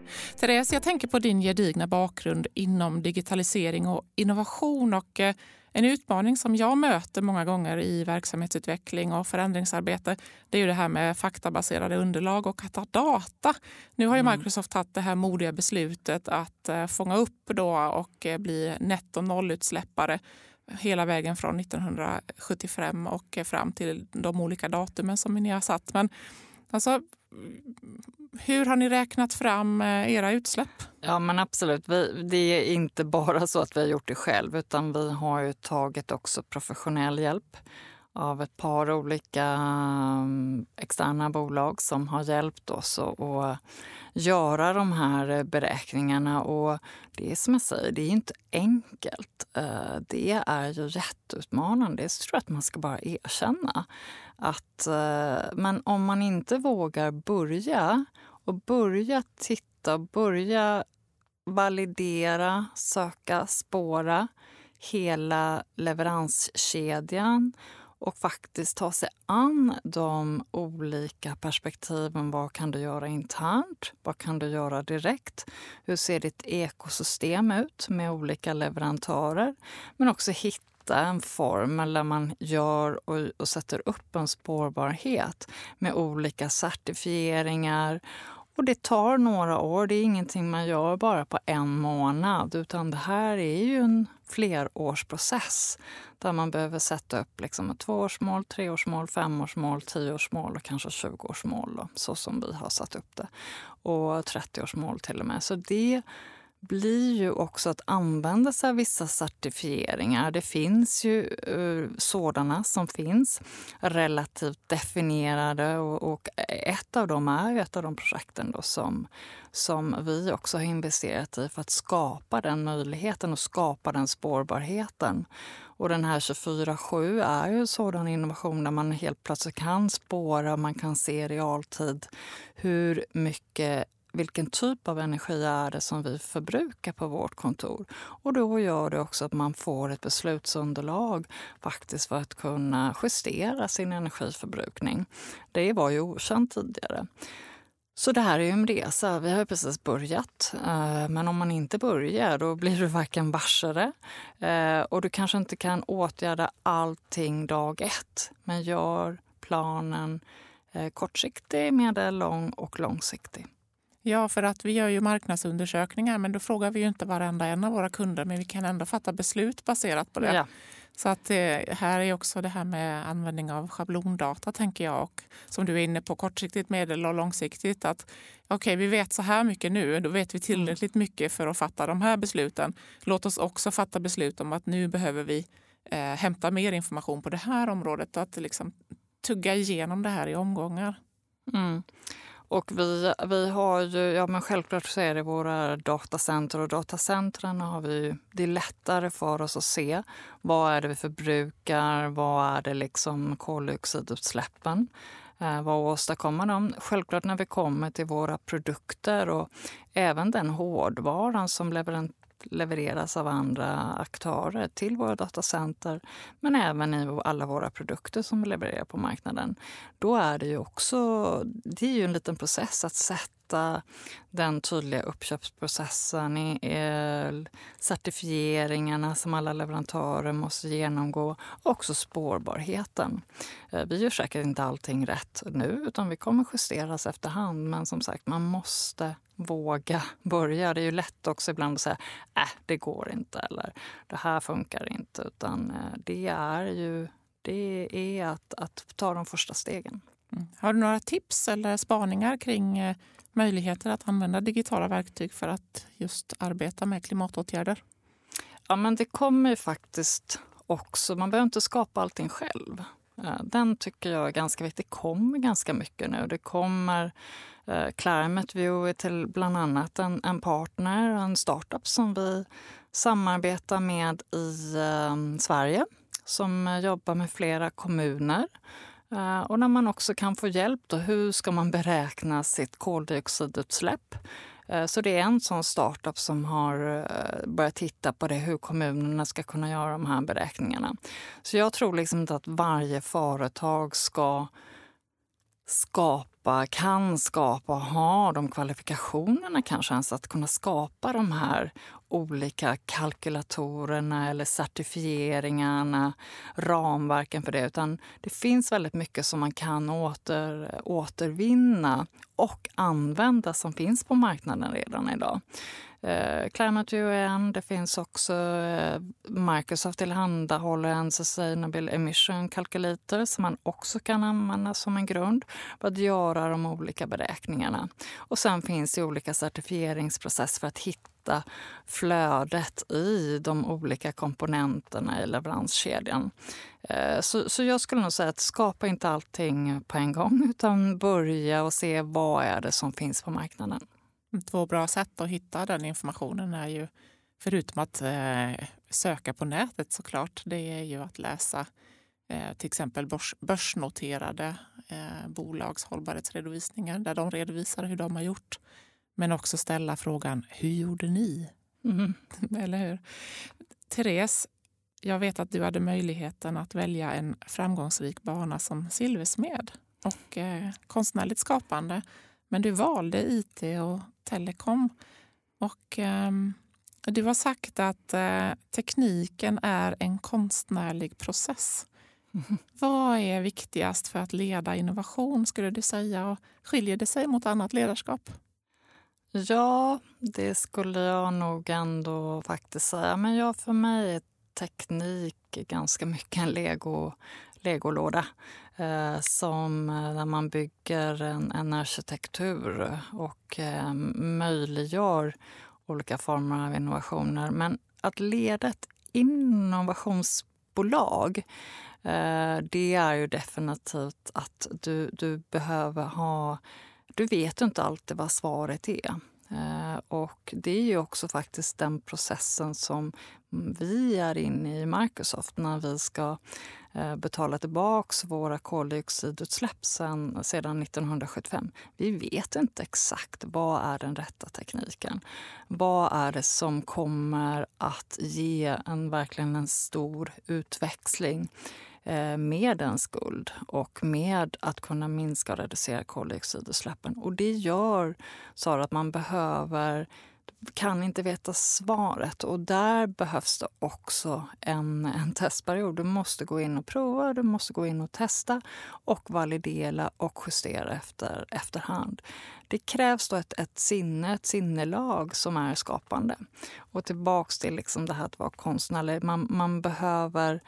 Therese, jag tänker på din gedigna bakgrund inom digitalisering och innovation och En utmaning som jag möter många gånger i verksamhetsutveckling och förändringsarbete, det är ju det här med faktabaserade underlag och att ha data. Nu har ju Microsoft tagit det här modiga beslutet att eh, fånga upp då och eh, bli netto nollutsläppare hela vägen från nittonhundrasjuttiofem och fram till de olika datumen som ni har satt. Men alltså, hur har ni räknat fram era utsläpp? Ja, men absolut. Vi, det är inte bara så att vi har gjort det själv, utan vi har ju tagit också professionell hjälp av ett par olika externa bolag som har hjälpt oss att, att göra de här beräkningarna. Och det är som jag säger, det är inte enkelt. Det är ju jätteutmanande. Jag tror att man ska bara erkänna att, men om man inte vågar börja och börja titta och börja validera, söka, spåra hela leveranskedjan och faktiskt ta sig an de olika perspektiven. Vad kan du göra internt? Vad kan du göra direkt? Hur ser ditt ekosystem ut med olika leverantörer? Men också hitta en form där man gör och, och sätter upp en spårbarhet med olika certifieringar. Och det tar några år, det är ingenting man gör bara på en månad, utan det här är ju en flerårsprocess där man behöver sätta upp liksom ett tvåårsmål, treårsmål, femårsmål, tioårsmål och kanske tjugoårsmål då, så som vi har satt upp det. Och trettioårsmål till och med. Så det blir ju också att använda sig av vissa certifieringar. Det finns ju uh, sådana som finns relativt definierade och, och ett av dem är ju ett av de projekten då som, som vi också har investerat i för att skapa den möjligheten och skapa den spårbarheten. Och den här tjugofyra sju är ju sådan innovation där man helt plötsligt kan spåra, man kan se i realtid hur mycket, vilken typ av energi är det som vi förbrukar på vårt kontor. Och då gör det också att man får ett beslutsunderlag faktiskt för att kunna justera sin energiförbrukning. Det var ju okänt tidigare. Så det här är ju en resa. Vi har precis börjat. Men om man inte börjar, då blir du varken varsare. Och du kanske inte kan åtgärda allting dag ett. Men gör planen kortsiktig, medellång och långsiktig. Ja, för att vi gör ju marknadsundersökningar, men då frågar vi ju inte varenda en av våra kunder, men vi kan ändå fatta beslut baserat på det. Ja. Så att det, här är också det här med användning av schablondata, tänker jag, och som du är inne på, kortsiktigt, medel- och långsiktigt, att okej, okay, vi vet så här mycket nu, då vet vi tillräckligt mycket för att fatta de här besluten. Låt oss också fatta beslut om att nu behöver vi eh, hämta mer information på det här området, att liksom tugga igenom det här i omgångar. Mm. Och vi, vi har ju, ja men självklart så är det våra datacenter, och datacentren har vi, det är lättare för oss att se vad är det vi förbrukar, vad är det liksom koldioxidutsläppen, eh, vad åstadkommer de. Självklart när vi kommer till våra produkter och även den hårdvaran som leverant levereras av andra aktörer till våra datacenter, men även i alla våra produkter som vi levererar på marknaden. Då är det ju också, det är ju en liten process att sätta den tydliga uppköpsprocessen i el, certifieringarna som alla leverantörer måste genomgå, och också spårbarheten. Vi gör säkert inte allting rätt nu, utan vi kommer justeras efterhand, men som sagt, man måste våga börja. Det är ju lätt också ibland att säga äh, det går inte, eller det här funkar inte, utan det är ju det är att, att ta de första stegen. Mm. Har du några tips eller spaningar kring möjligheter att använda digitala verktyg för att just arbeta med klimatåtgärder? Ja, men det kommer ju faktiskt också, man behöver inte skapa allting själv. Den tycker jag är ganska viktig. Det kommer ganska mycket nu. Det kommer eh, Climate View till bland annat en, en partner, en startup som vi samarbetar med i eh, Sverige, som jobbar med flera kommuner. Eh, och när man också kan få hjälp då, hur ska man beräkna sitt koldioxidutsläpp? Så det är en sån startup som har börjat titta på det, hur kommunerna ska kunna göra de här beräkningarna. Så jag tror liksom inte att varje företag ska skapa skapa, kan skapa och ha de kvalifikationerna kanske ens att kunna skapa de här olika kalkylatorerna eller certifieringarna, ramverken för det. Utan det finns väldigt mycket som man kan åter, återvinna och använda som finns på marknaden redan idag. Eh, Climate U N, det finns också eh, Microsoft tillhandahåller en Sustainable Emission Calculator som man också kan använda som en grund för att göra de olika beräkningarna. Och sen finns det olika certifieringsprocesser för att hitta flödet i de olika komponenterna i leveranskedjan. Eh, så, så jag skulle nog säga att skapa inte allting på en gång utan börja och se vad är det som finns på marknaden. Två bra sätt att hitta den informationen är ju, förutom att eh, söka på nätet såklart, det är ju att läsa eh, till exempel börs, börsnoterade eh, bolags hållbarhetsredovisningar där de redovisar hur de har gjort. Men också ställa frågan, hur gjorde ni? Mm. Eller hur? Therese, jag vet att du hade möjligheten att välja en framgångsrik bana som silversmed och eh, konstnärligt skapande. Men du valde I T och telekom och eh, du har sagt att eh, tekniken är en konstnärlig process. Mm. Vad är viktigast för att leda innovation skulle du säga och skiljer det sig mot annat ledarskap? Ja, det skulle jag nog ändå faktiskt säga. Men ja, för mig är teknik ganska mycket en Lego, legolåda. Eh, som när man bygger en, en arkitektur och eh, möjliggör olika former av innovationer. Men att leda ett innovationsbolag, eh, det är ju definitivt att du, du behöver ha... Du vet ju inte alltid vad svaret är. Eh, och det är ju också faktiskt den processen som vi är inne i Microsoft när vi ska eh, betala tillbaka våra koldioxidutsläpp sedan, sedan nittonhundrasjuttiofem. Vi vet inte exakt vad är den rätta tekniken. Vad är det som kommer att ge en verkligen en stor utväxling med en skuld och med att kunna minska och reducera koldioxidutsläppen. Och det gör så att man behöver, kan inte veta svaret. Och där behövs det också en, en testperiod. Du måste gå in och prova, du måste gå in och testa och validera och justera efter, efterhand. Det krävs då ett, ett sinne, ett sinnelag som är skapande. Och tillbaks till liksom det här att vara konstnärlig. Man, man behöver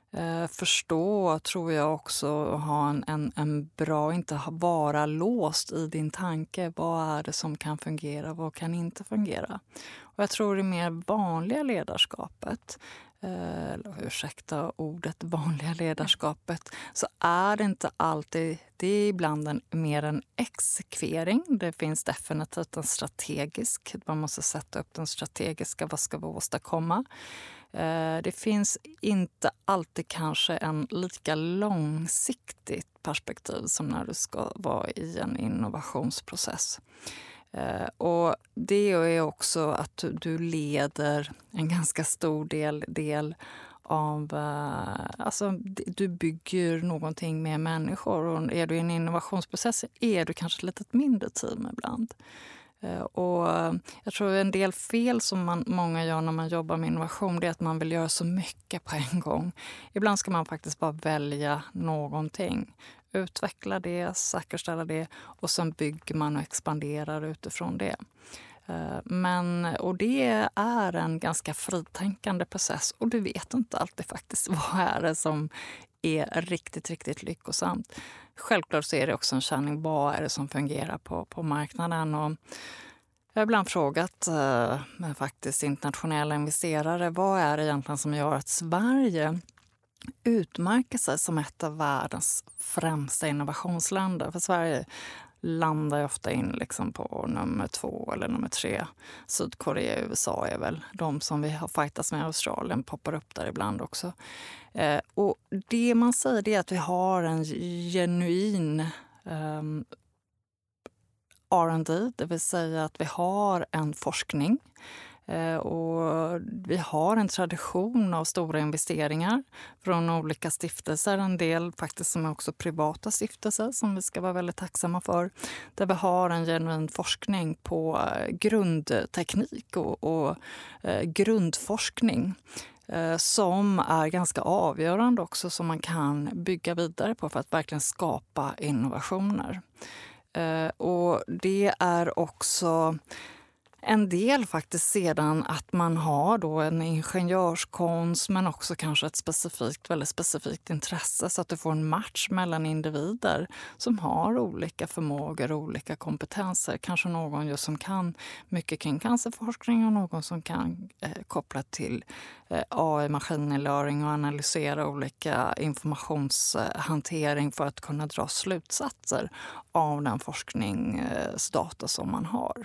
förstå, tror jag också, ha en, en, en bra, inte vara låst i din tanke. Vad är det som kan fungera, vad kan inte fungera? Och jag tror det mer vanliga ledarskapet, eh, ursäkta ordet vanliga ledarskapet, så är det inte alltid, det är ibland en, mer en exekvering. Det finns definitivt en strategisk, man måste sätta upp den strategiska, vad ska vi åstadkomma? Det finns inte alltid kanske en lika långsiktigt perspektiv som när du ska vara i en innovationsprocess. Och det är också att du leder en ganska stor del, del av... Alltså, du bygger någonting med människor och är du i en innovationsprocess är du kanske ett litet mindre team ibland. Och jag tror en del fel som man, många gör när man jobbar med innovation, det är att man vill göra så mycket på en gång. Ibland ska man faktiskt bara välja någonting. Utveckla det, säkerställa det och sen bygger man och expanderar utifrån det. Men, och det är en ganska fritänkande process och du vet inte alltid faktiskt vad är det som är riktigt, riktigt lyckosamt. Självklart så är det också en känning, vad är det som fungerar på, på marknaden. Och jag har ibland frågat eh, men faktiskt internationella investerare, vad är det egentligen som gör att Sverige utmärker sig som ett av världens främsta innovationsländer? För Sverige landar ofta in liksom på nummer två eller nummer tre. Sydkorea och U S A är väl de som vi har fightats med. Australien poppar upp där ibland också. Eh, och det man säger är att vi har en genuin um, R and D, det vill säga att vi har en forskning Och vi har en tradition av stora investeringar från olika stiftelser. En del faktiskt som är också privata stiftelser som vi ska vara väldigt tacksamma för. Där vi har en genuin forskning på grundteknik och, och eh, grundforskning eh, som är ganska avgörande också, som man kan bygga vidare på för att verkligen skapa innovationer. Eh, och det är också en del faktiskt sedan att man har då en ingenjörskonst men också kanske ett specifikt, väldigt specifikt intresse, så att du får en match mellan individer som har olika förmågor och olika kompetenser. Kanske någon just som kan mycket kring cancerforskning och någon som kan eh, koppla till eh, A I, maskininlärning och analysera olika informationshantering för att kunna dra slutsatser av den forskningsdata som man har.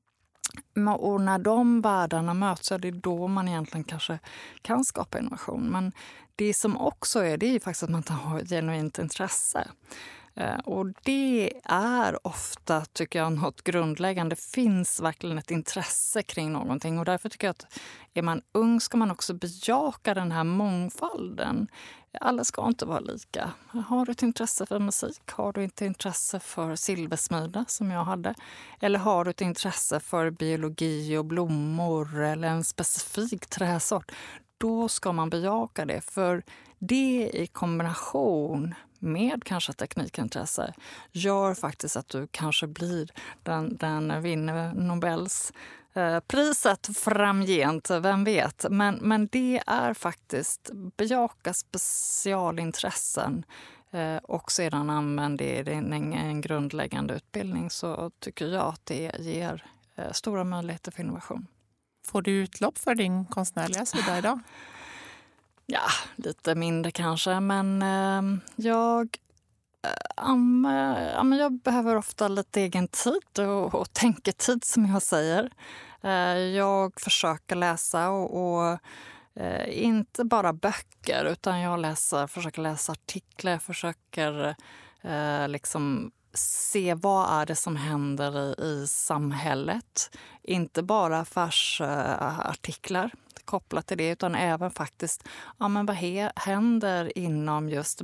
Och när de världarna möts så är det då man egentligen kanske kan skapa innovation. Men det som också är, det är ju faktiskt att man har ett genuint intresse. Och det är ofta, tycker jag, något grundläggande. Det finns verkligen ett intresse kring någonting. Och därför tycker jag att är man ung ska man också bejaka den här mångfalden. Alla ska inte vara lika. Har du ett intresse för musik? Har du inte intresse för silversmida som jag hade? Eller har du ett intresse för biologi och blommor eller en specifik träsort? Då ska man bejaka det. För det i kombination med kanske teknikintresse gör faktiskt att du kanske blir den, den vinner Nobels eh, priset framgent, vem vet. Men, men det är faktiskt bejaka specialintressen eh, och sedan använda det i en, en grundläggande utbildning, så tycker jag att det ger eh, stora möjligheter för innovation. Får du utlopp för din konstnärliga sida idag? Ja, lite mindre kanske, men eh, jag, eh, am, eh, jag behöver ofta lite egen tid och, och tänketid, som jag säger. Eh, jag försöker läsa och, och eh, inte bara böcker, utan jag läser, försöker läsa artiklar, försöker eh, liksom se vad är det som händer i, i samhället. Inte bara affärsartiklar kopplat till det, utan även faktiskt ja, men vad he, händer inom just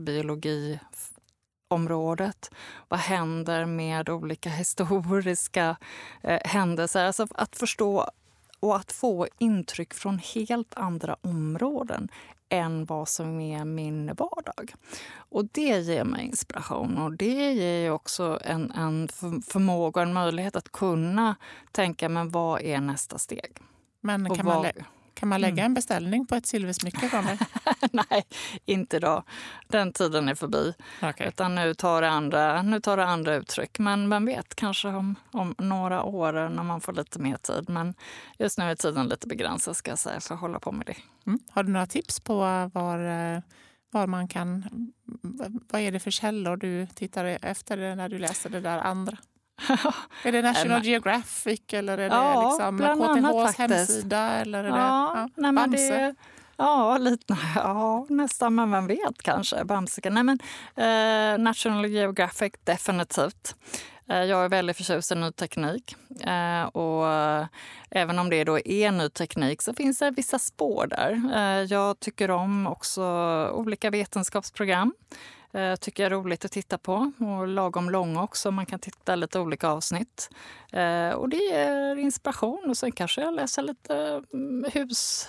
biologiområdet. Vad händer med olika historiska eh, händelser? Alltså att förstå och att få intryck från helt andra områden än vad som är min vardag. Och det ger mig inspiration, och det ger också en, en förmåga och en möjlighet att kunna tänka, men vad är nästa steg? Men kan man, lä- kan man lägga en beställning på ett silversmycke från dig? Nej, inte idag. Den tiden är förbi. Okay. Utan nu tar det andra, nu tar det andra uttryck. Men vem vet, kanske om, om några år när man får lite mer tid. Men just nu är tiden lite begränsad, ska jag säga, för att hålla på med det. Mm. Har du några tips på var, var man kan... Vad är det för källor du tittar efter när du läser det där andra? Är det National Geographic eller är det ja, liksom K T H:s hemsida? Eller är ja, det, ja, nej, men det, ja, lite, ja, nästan, men vem vet kanske. Bamse. Nej, men, eh, National Geographic, definitivt. Eh, jag är väldigt förtjust i ny teknik. Eh, och eh, även om det då är ny teknik så finns det vissa spår där. Eh, jag tycker om också olika vetenskapsprogram. Uh, tycker jag är roligt att titta på, och lagom långa också. Man kan titta lite olika avsnitt. Uh, och det ger inspiration, och sen kanske jag läser lite um, hus,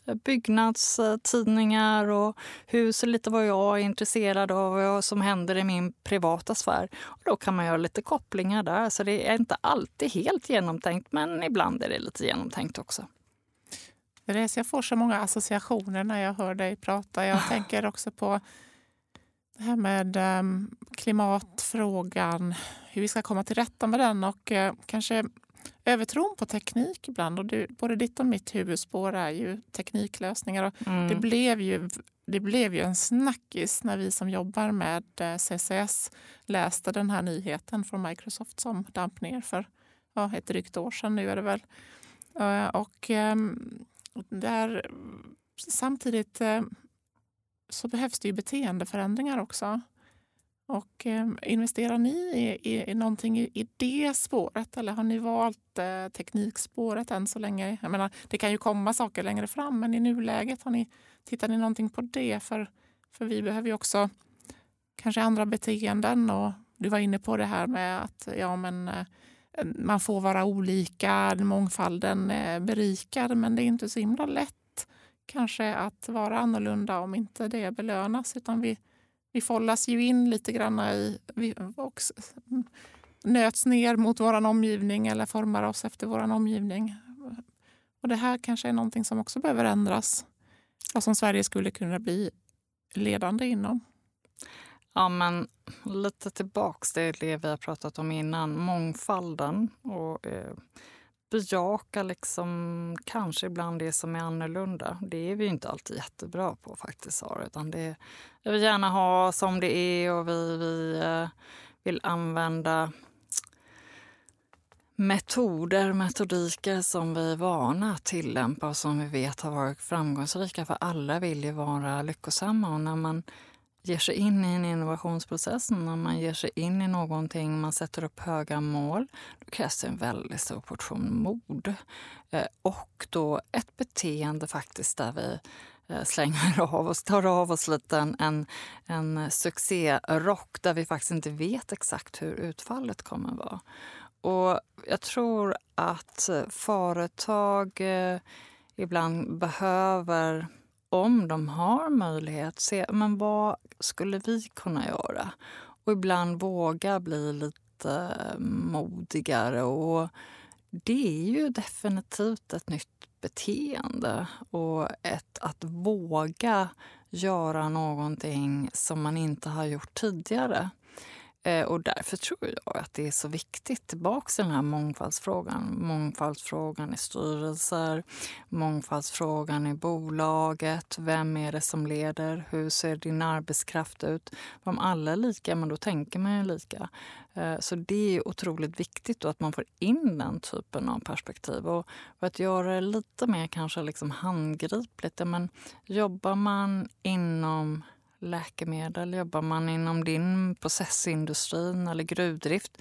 byggnadstidningar och hus, lite vad jag är intresserad av, vad som händer i min privata sfär. Och då kan man göra lite kopplingar där. Så det är inte alltid helt genomtänkt, men ibland är det lite genomtänkt också. Therese, jag får så många associationer när jag hör dig prata. Jag tänker också på det här med um, klimatfrågan, hur vi ska komma till rätta med den, och uh, kanske övertron på teknik ibland. Och du, både ditt och mitt huvudspår är ju tekniklösningar. Och mm. det, blev ju, det blev ju en snackis när vi som jobbar med uh, C C S läste den här nyheten från Microsoft som damp ner för ja, ett drygt år sedan. Nu är det väl. Uh, och um, där, samtidigt... Uh, så behövs det ju beteendeförändringar också. Och eh, investerar ni i, i, i någonting i, i det spåret, eller har ni valt eh, teknikspåret än så länge? Jag menar, det kan ju komma saker längre fram, men i nuläget har ni, tittar ni någonting på det? För, för vi behöver ju också kanske andra beteenden, och du var inne på det här med att ja, men, eh, man får vara olika, mångfalden eh, berikar, men det är inte så himla lätt kanske att vara annorlunda om inte det belönas, utan vi Vi follas ju in lite grann i, vi också nöts ner mot vår omgivning eller formar oss efter vår omgivning. Och det här kanske är någonting som också behöver ändras. Och som Sverige skulle kunna bli ledande inom. Ja, men lite tillbaks till det vi har pratat om innan. Mångfalden och eh, bejaka liksom kanske ibland det som är annorlunda. Det är vi inte alltid jättebra på faktiskt, Sara, utan det jag vill gärna ha som det är, och vi, vi eh, vill använda metoder, metodiker som vi är vana att tillämpa och som vi vet har varit framgångsrika, för alla vill ju vara lyckosamma. Och när man ger sig in i en innovationsprocess, när man ger sig in i någonting, man sätter upp höga mål, då krävs det en väldigt stor portion mod. Eh, och då ett beteende faktiskt där vi eh, slänger av oss, tar av oss lite en, en, en succérock där vi faktiskt inte vet exakt hur utfallet kommer vara. Och jag tror att företag eh, ibland behöver, om de har möjlighet, se men vad skulle vi kunna göra? Och ibland våga bli lite modigare. Och det är ju definitivt ett nytt beteende. Och ett, att våga göra någonting som man inte har gjort tidigare. Och därför tror jag att det är så viktigt tillbaka till den här mångfaldsfrågan. Mångfaldsfrågan i styrelser, mångfaldsfrågan i bolaget. Vem är det som leder? Hur ser din arbetskraft ut? Om alla är lika, men då tänker man ju lika. Så det är otroligt viktigt att man får in den typen av perspektiv. Och för att göra det lite mer kanske liksom handgripligt, men jobbar man inom läkemedel, jobbar man inom din processindustrin eller gruvdrift,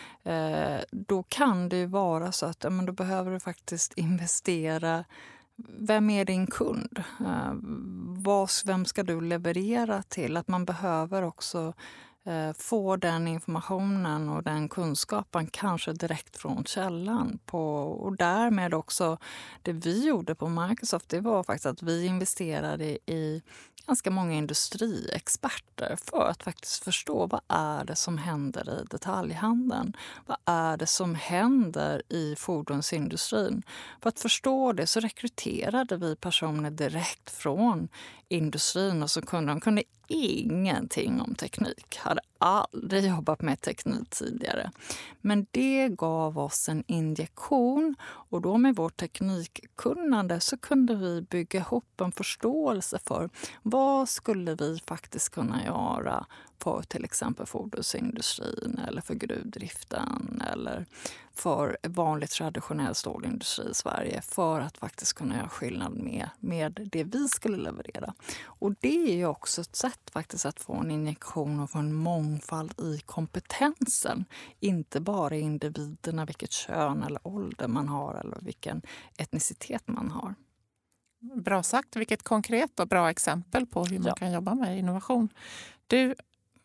eh, då kan det ju vara så att ja, men då behöver du faktiskt investera. Vem är din kund? Eh, vad, vem ska du leverera till? Att man behöver också eh, få den informationen och den kunskapen kanske direkt från källan. På, och därmed också, det vi gjorde på Microsoft, det var faktiskt att vi investerade i ganska många industriexperter för att faktiskt förstå vad är det som händer i detaljhandeln. Vad är det som händer i fordonsindustrin? För att förstå det så rekryterade vi personer direkt från industrin, och så kunde de kunde ingenting om teknik. Hade aldrig jobbat med teknik tidigare. Men det gav oss en injektion, och då med vårt teknikkunnande så kunde vi bygga ihop en förståelse för vad skulle vi faktiskt kunna göra för till exempel fordonsindustrin eller för gruvdriften eller för vanlig traditionell stålindustri i Sverige, för att faktiskt kunna göra skillnad med, med det vi skulle leverera. Och det är ju också ett sätt faktiskt att få en injektion och få en mångfald i kompetensen. Inte bara individerna, vilket kön eller ålder man har eller vilken etnicitet man har. Bra sagt. Vilket konkret och bra exempel på hur man ja. kan jobba med innovation. Du,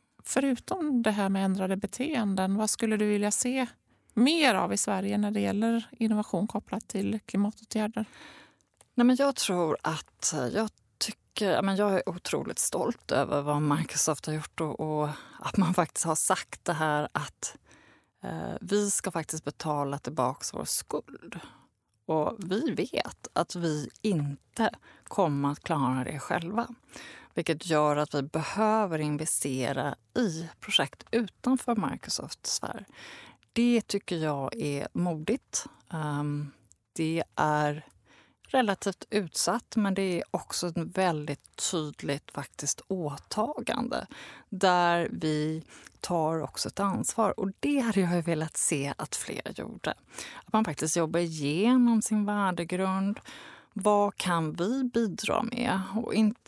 förutom det här med ändrade beteenden, vad skulle du vilja se mer av i Sverige när det gäller innovation kopplat till klimatåtgärder? Nej, men jag tror att jag tycker, men jag är otroligt stolt över vad Microsoft har gjort, och, och att man faktiskt har sagt det här att eh, vi ska faktiskt betala tillbaka vår skuld. Och vi vet att vi inte kommer att klara det själva. Vilket gör att vi behöver investera i projekt utanför Microsofts sfär. Det tycker jag är modigt. Um, det är relativt utsatt, men det är också ett väldigt tydligt faktiskt åtagande där vi tar också ett ansvar. Och det hade jag velat se att fler gjorde. Att man faktiskt jobbar igenom sin värdegrund. Vad kan vi bidra med? Och inte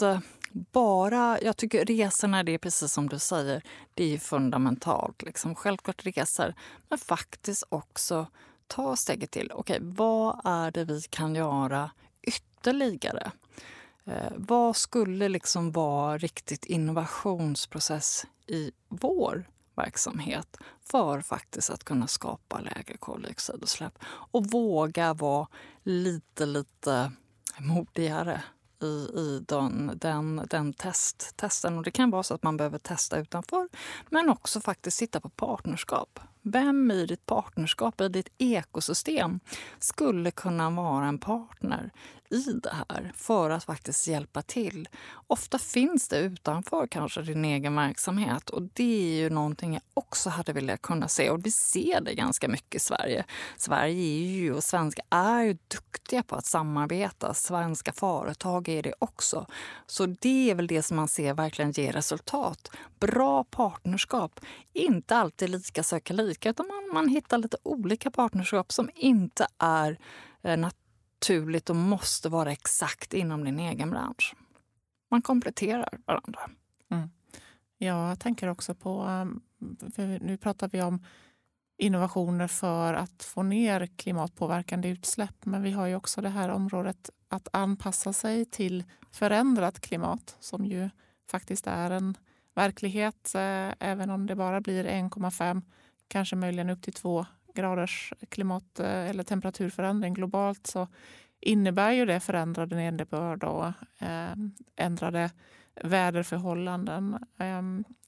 bara, jag tycker resorna, det är precis som du säger, det är fundamentalt. Liksom. Självklart resor, men faktiskt också ta steget till. Okej, vad är det vi kan göra ytterligare? Eh, vad skulle liksom vara riktigt innovationsprocess i vår verksamhet för faktiskt att kunna skapa lägre koldioxidutsläpp och våga vara lite, lite modigare i, i den, den, den test, testen. Och det kan vara så att man behöver testa utanför, men också faktiskt sitta på partnerskap. Vem i ditt partnerskap, i ditt ekosystem skulle kunna vara en partner i det här för att faktiskt hjälpa till? Ofta finns det utanför kanske din egen verksamhet, och det är ju någonting jag också hade velat kunna se, och vi ser det ganska mycket i Sverige. Sverige är ju, och svenska är ju duktiga på att samarbeta. Svenska företag är det också. Så det är väl det som man ser verkligen ger resultat. Bra partnerskap, inte alltid lika söka lika, utan man, man hittar lite olika partnerskap som inte är eh, naturligt och måste vara exakt inom din egen bransch. Man kompletterar varandra. Mm. Jag tänker också på, för nu pratar vi om innovationer för att få ner klimatpåverkande utsläpp, men vi har ju också det här området att anpassa sig till förändrat klimat som ju faktiskt är en verklighet, eh, även om det bara blir en komma fem, kanske möjligen upp till två graders klimat eh, eller temperaturförändring globalt, så innebär ju det förändrade nederbörd och eh, ändrade väderförhållanden. Eh,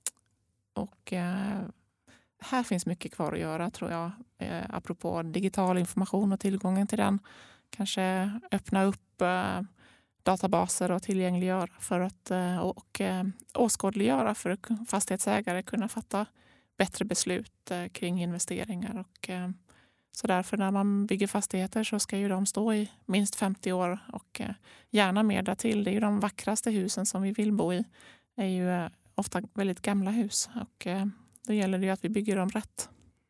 och eh, här finns mycket kvar att göra, tror jag, eh, apropå digital information och tillgången till den. Kanske öppna upp eh, databaser och tillgängliggöra för att, och eh, åskådliggöra för att fastighetsägare kunna fatta bättre beslut eh, kring investeringar. Och, eh, så därför när man bygger fastigheter så ska ju de stå i minst femtio år och eh, gärna mer därtill. Det är ju de vackraste husen som vi vill bo i. Det är ju eh, ofta väldigt gamla hus, och eh, då gäller det ju att vi bygger dem rätt.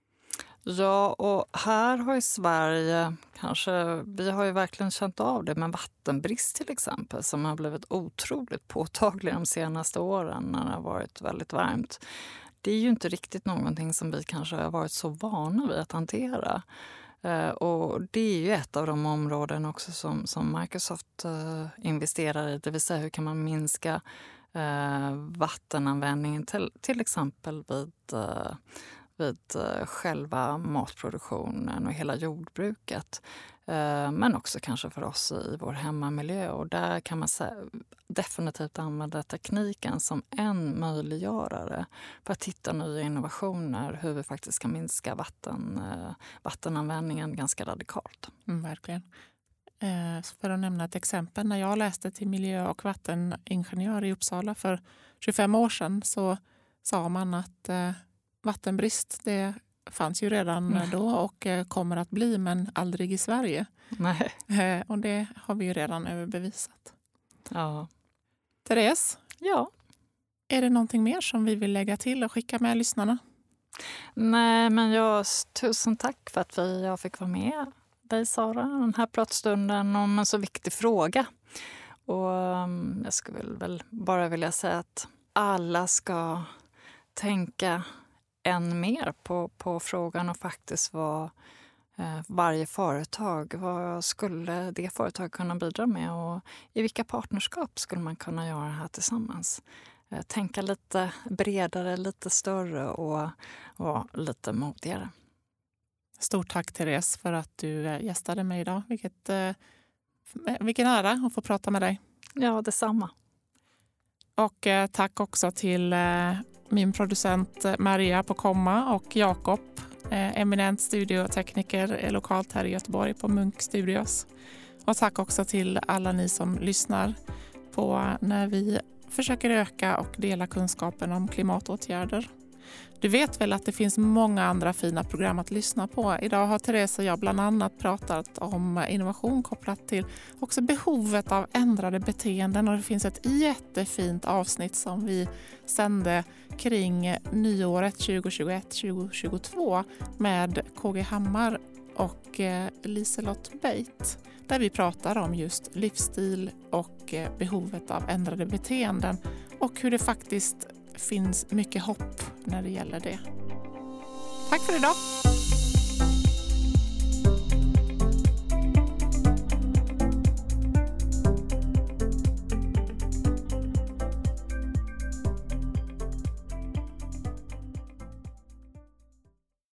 Ja, och här har i Sverige, kanske, vi har ju verkligen känt av det med vattenbrist till exempel, som har blivit otroligt påtaglig de senaste åren när det har varit väldigt varmt. Det är ju inte riktigt någonting som vi kanske har varit så vana vid att hantera. Eh, och det är ju ett av de områden också som, som Microsoft eh, investerar i, det vill säga hur kan man minska eh, vattenanvändningen till, till exempel vid eh, vid själva matproduktionen och hela jordbruket. Men också kanske för oss i vår hemmamiljö. Och där kan man definitivt använda tekniken som en möjliggörare för att hitta nya innovationer, hur vi faktiskt kan minska vatten, vattenanvändningen ganska radikalt. Mm, verkligen. Eh, för att nämna ett exempel, när jag läste till miljö- och vatteningenjör i Uppsala för tjugofem år sedan, så sa man att eh, vattenbrist, det fanns ju redan mm. då och kommer att bli, men aldrig i Sverige. Nej. Och det har vi ju redan överbevisat. Ja. Therese? Ja? Är det någonting mer som vi vill lägga till och skicka med lyssnarna? Nej, men jag, tusen tack för att vi, jag fick vara med dig, Sara, den här pratstunden om en så viktig fråga. Och um, jag skulle väl bara vilja säga att alla ska tänka än mer på, på frågan och faktiskt vad eh, varje företag, vad skulle det företag kunna bidra med och i vilka partnerskap skulle man kunna göra det här tillsammans. Eh, tänka lite bredare, lite större och vara lite modigare. Stort tack, Therese, för att du gästade mig idag. Vilket, eh, vilken ära att få prata med dig. Ja, detsamma. Och eh, tack också till eh, min producent Maria på Komma och Jakob, eh, eminent studiotekniker lokalt här i Göteborg på Munk Studios. Och tack också till alla ni som lyssnar på när vi försöker öka och dela kunskapen om klimatåtgärder. Du vet väl att det finns många andra fina program att lyssna på. Idag har Therese och jag bland annat pratat om innovation kopplat till också behovet av ändrade beteenden. Och det finns ett jättefint avsnitt som vi sände kring nyåret tjugohundratjugoett tjugohundratjugotvå med K G Hammar och Liselott Beit, där vi pratar om just livsstil och behovet av ändrade beteenden och hur det faktiskt finns mycket hopp när det gäller det. Tack för idag!